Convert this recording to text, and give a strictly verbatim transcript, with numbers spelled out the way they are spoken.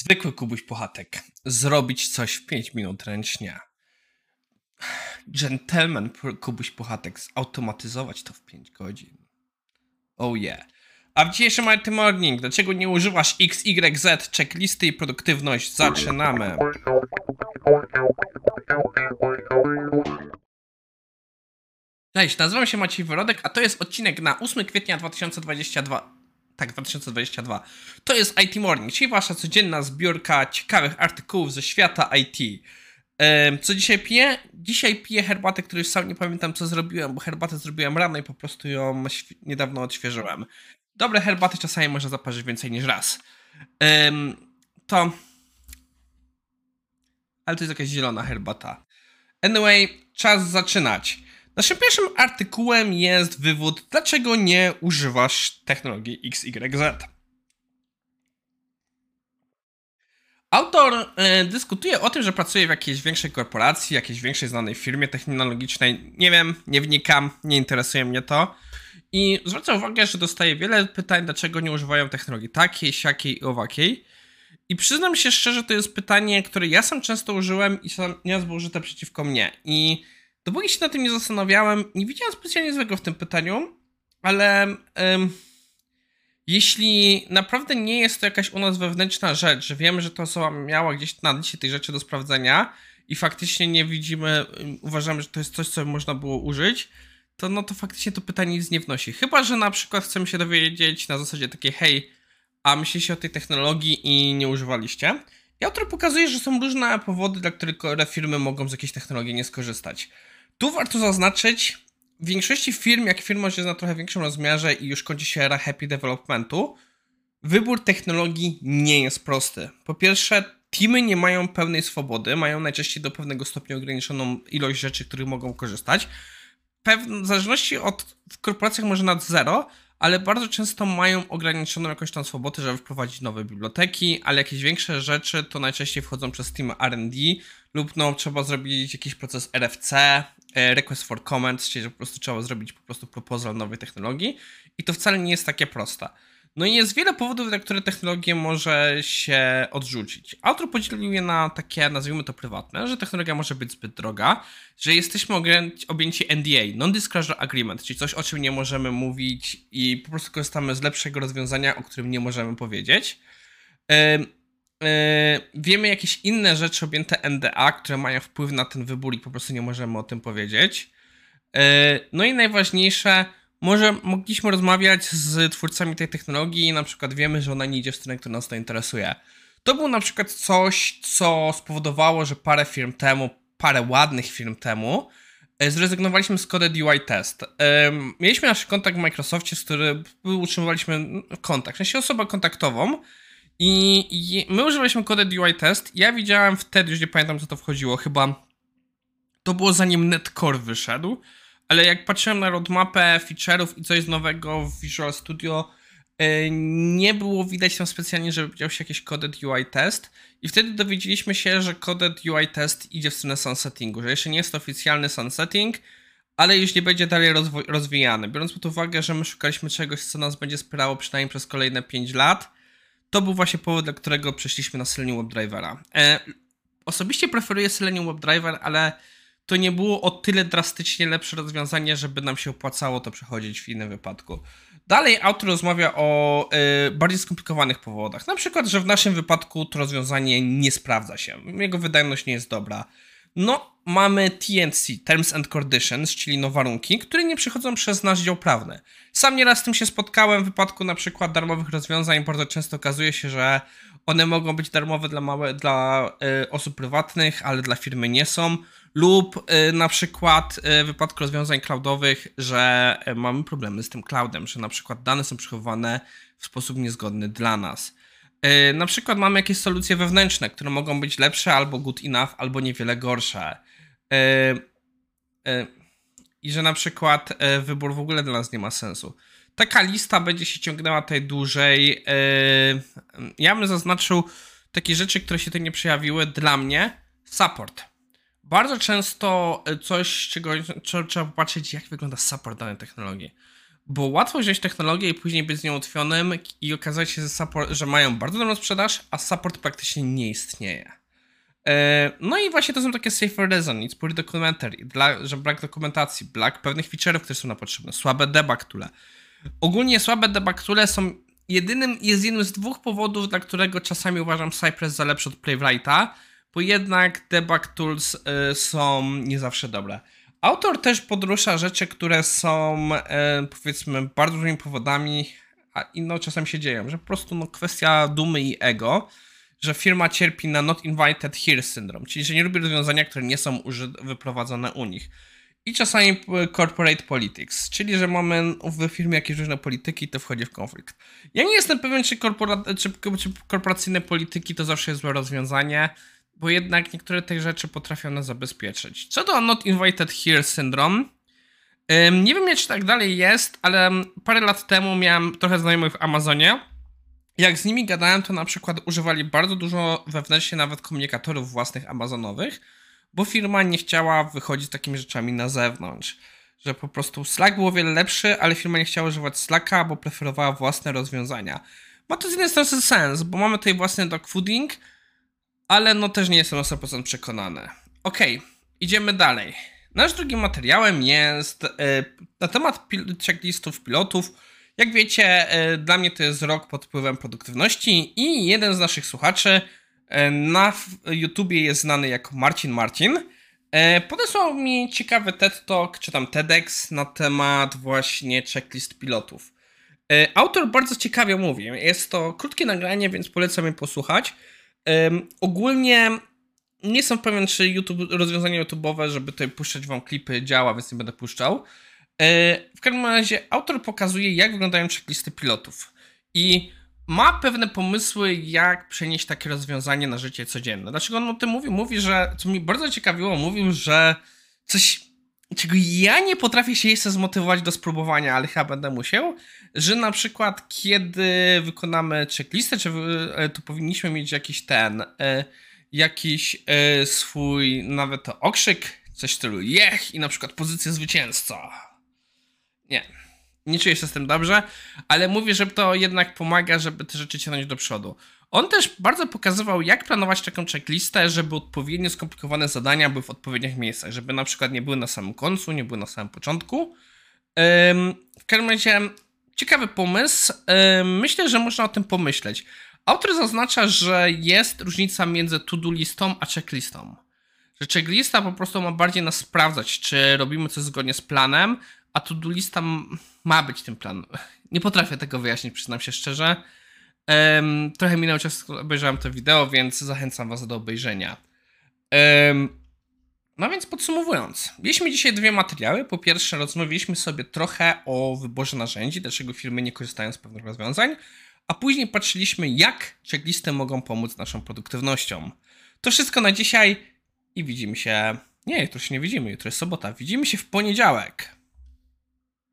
Zwykły Kubuś Puchatek. Zrobić coś w pięć minut ręcznie. Gentleman Kubuś Puchatek. Zautomatyzować to w pięć godzin. Oh yeah. A w dzisiejszym Mighty Morning, dlaczego nie używasz X Y Z, checklisty i produktywność? Zaczynamy. Cześć, nazywam się Maciej Wyrodek, a to jest odcinek na ósmego kwietnia dwa tysiące dwudziestego drugiego. Tak, dwa tysiące dwudziestego drugiego. To jest I T Morning, czyli wasza codzienna zbiórka ciekawych artykułów ze świata I T. Ehm, co dzisiaj piję? Dzisiaj piję herbatę, której już sam nie pamiętam co zrobiłem, bo herbatę zrobiłem rano i po prostu ją niedawno odświeżyłem. Dobre herbaty czasami można zaparzyć więcej niż raz. Ehm, to... Ale to jest jakaś zielona herbata. Anyway, czas zaczynać. Naszym pierwszym artykułem jest wywód, dlaczego nie używasz technologii X Y Z. Autor y, dyskutuje o tym, że pracuje w jakiejś większej korporacji, jakiejś większej znanej firmie technologicznej. Nie wiem, nie wnikam, nie interesuje mnie to. I zwraca uwagę, że dostaje wiele pytań, dlaczego nie używają technologii takiej, siakiej i owakiej. I przyznam się szczerze, to jest pytanie, które ja sam często użyłem i sam nie było użyte przeciwko mnie. I dopóki się na tym nie zastanawiałem, nie widziałem specjalnie złego w tym pytaniu, ale ym, jeśli naprawdę nie jest to jakaś u nas wewnętrzna rzecz, że wiemy, że ta osoba miała gdzieś na liście tej rzeczy do sprawdzenia i faktycznie nie widzimy, uważamy, że to jest coś, co można było użyć, to no to faktycznie to pytanie nic nie wnosi. Chyba że na przykład chcemy się dowiedzieć na zasadzie takiej, hej, a myślicie o tej technologii i nie używaliście? I autor pokazuje, że są różne powody, dla których firmy mogą z jakiejś technologii nie skorzystać. Tu warto zaznaczyć, w większości firm, jak firma jest na trochę większym rozmiarze i już kończy się era happy developmentu, wybór technologii nie jest prosty. Po pierwsze, teamy nie mają pełnej swobody, mają najczęściej do pewnego stopnia ograniczoną ilość rzeczy, których mogą korzystać. W zależności od, w korporacjach może nad zero, ale bardzo często mają ograniczoną jakąś tam swobodę, żeby wprowadzić nowe biblioteki, ale jakieś większe rzeczy to najczęściej wchodzą przez team R and D lub no trzeba zrobić jakiś proces R F C, Request for Comments, czyli że po prostu trzeba zrobić po prostu proposal nowej technologii i to wcale nie jest takie proste. No i jest wiele powodów, dla których technologię może się odrzucić. Autor podzielił je na takie, nazwijmy to prywatne, że technologia może być zbyt droga, że jesteśmy objęci N D A, Non-Disclosure Agreement, czyli coś, o czym nie możemy mówić i po prostu korzystamy z lepszego rozwiązania, o którym nie możemy powiedzieć. Yy, yy, wiemy jakieś inne rzeczy objęte N D A, które mają wpływ na ten wybór i po prostu nie możemy o tym powiedzieć. Yy, no i najważniejsze, może mogliśmy rozmawiać z twórcami tej technologii i na przykład wiemy, że ona nie idzie w stronę, która nas to interesuje. To było na przykład coś, co spowodowało, że parę firm temu, parę ładnych firm temu zrezygnowaliśmy z Coded U I Test. Mieliśmy nasz kontakt w Microsoftie, z którym utrzymywaliśmy kontakt, w sensie osobę kontaktową i my używaliśmy Coded U I Test. Ja widziałem wtedy, już nie pamiętam co to wchodziło, chyba to było zanim Netcore wyszedł. Ale jak patrzyłem na roadmapę feature'ów i coś nowego w Visual Studio, nie było widać tam specjalnie, żeby dział się jakiś Coded U I Test i wtedy dowiedzieliśmy się, że Coded U I Test idzie w stronę sunsettingu, że jeszcze nie jest to oficjalny sunsetting, ale już nie będzie dalej rozwo- rozwijany. Biorąc pod uwagę, że my szukaliśmy czegoś, co nas będzie wspierało przynajmniej przez kolejne pięć lat, to był właśnie powód, dla którego przeszliśmy na Selenium WebDrivera. E, osobiście preferuję Selenium WebDriver, ale to nie było o tyle drastycznie lepsze rozwiązanie, żeby nam się opłacało to przechodzić w innym wypadku. Dalej autor rozmawia o y, bardziej skomplikowanych powodach. Na przykład, że w naszym wypadku to rozwiązanie nie sprawdza się. Jego wydajność nie jest dobra. No, mamy T and C, Terms and Conditions, czyli no warunki, które nie przechodzą przez nasz dział prawny. Sam nieraz z tym się spotkałem w wypadku na przykład darmowych rozwiązań. Bardzo często okazuje się, że one mogą być darmowe dla, małe, dla y, osób prywatnych, ale dla firmy nie są. Lub y, na przykład y, w wypadku rozwiązań cloudowych, że y, mamy problemy z tym cloudem, że na przykład dane są przechowywane w sposób niezgodny dla nas. Y, na przykład mamy jakieś solucje wewnętrzne, które mogą być lepsze albo good enough, albo niewiele gorsze. Y, y, I że na przykład y, wybór w ogóle dla nas nie ma sensu. Taka lista będzie się ciągnęła tutaj dłużej. Y, ja bym zaznaczył takie rzeczy, które się tu nie przejawiły. Dla mnie support. Bardzo często coś, czego trzeba popatrzeć, jak wygląda support danej technologii. bo łatwo wziąć technologię i później być z nią utkwionym i okazać się, że, support, że mają bardzo dobrą sprzedaż, a support praktycznie nie istnieje. No i właśnie to są takie safer reason, it's poor documentary, dla, że brak dokumentacji, brak pewnych feature'ów, które są nam potrzebne, słabe debug toole. Ogólnie słabe debug toole są jedynym, jest jednym z dwóch powodów, dla którego czasami uważam Cypress za lepszy od Playwrighta, bo jednak debug tools y, są nie zawsze dobre. Autor też podrusza rzeczy, które są y, powiedzmy bardzo dużymi powodami, a inno czasem się dzieją, że po prostu no, kwestia dumy i ego, że firma cierpi na not invited here syndrome, czyli że nie lubi rozwiązania, które nie są wyprowadzone u nich. I czasami corporate politics, czyli że mamy w firmie jakieś różne polityki, to wchodzi w konflikt. Ja nie jestem pewien, czy, korpora czy, czy korporacyjne polityki to zawsze jest złe rozwiązanie, bo jednak niektóre tych rzeczy potrafią nas zabezpieczyć. Co do not invited here syndrome, ym, nie wiem, czy tak dalej jest, ale parę lat temu miałem trochę znajomych w Amazonie. Jak z nimi gadałem, to na przykład używali bardzo dużo wewnętrznie nawet komunikatorów własnych amazonowych, bo firma nie chciała wychodzić z takimi rzeczami na zewnątrz. Że po prostu Slack był o wiele lepszy, ale firma nie chciała używać Slacka, bo preferowała własne rozwiązania. Ma to z jednej strony sens, bo mamy tutaj własny dogfooding, ale no też nie jestem na sto procent przekonany. Okej, okay, idziemy dalej. Nasz drugim materiałem jest yy, na temat pil checklistów pilotów. Jak wiecie, yy, dla mnie to jest rok pod wpływem produktywności i jeden z naszych słuchaczy na YouTubie jest znany jako Marcin Marcin. Podesłał mi ciekawy TED Talk, czy tam TEDx na temat właśnie checklist pilotów. Autor bardzo ciekawie mówi. Jest to krótkie nagranie, więc polecam je posłuchać. Ogólnie nie jestem pewien, czy YouTube, rozwiązanie YouTube'owe, żeby tutaj puszczać wam klipy, działa, więc nie będę puszczał. W każdym razie autor pokazuje, jak wyglądają checklisty pilotów. I ma pewne pomysły, jak przenieść takie rozwiązanie na życie codzienne. Dlaczego on o tym mówi? Mówi, że, co mi bardzo ciekawiło, mówił, że coś, czego ja nie potrafię się jeszcze zmotywować do spróbowania, ale chyba będę musiał, że na przykład kiedy wykonamy checklistę, czy to powinniśmy mieć jakiś ten, jakiś swój nawet to okrzyk, coś w stylu jech i na przykład pozycję zwycięzca. Nie. Nie czuję się z tym dobrze, ale mówi, że to jednak pomaga, żeby te rzeczy ciągnąć do przodu. On też bardzo pokazywał, jak planować taką checklistę, żeby odpowiednio skomplikowane zadania były w odpowiednich miejscach, żeby na przykład nie były na samym końcu, nie były na samym początku. W każdym razie ciekawy pomysł. Myślę, że można o tym pomyśleć. Autor zaznacza, że jest różnica między to-do listą a checklistą. Że checklista po prostu ma bardziej nas sprawdzać, czy robimy coś zgodnie z planem, a to-do lista ma być tym planem. Nie potrafię tego wyjaśnić, przyznam się szczerze. Um, trochę minął czas, obejrzałem to wideo, więc zachęcam was do obejrzenia. Um, no więc podsumowując, mieliśmy dzisiaj dwie materiały. Po pierwsze, rozmawialiśmy sobie trochę o wyborze narzędzi, dlaczego firmy nie korzystają z pewnych rozwiązań, a później patrzyliśmy, jak checklisty mogą pomóc naszą produktywnością. To wszystko na dzisiaj i widzimy się... Nie, jutro się nie widzimy, jutro jest sobota. Widzimy się w poniedziałek.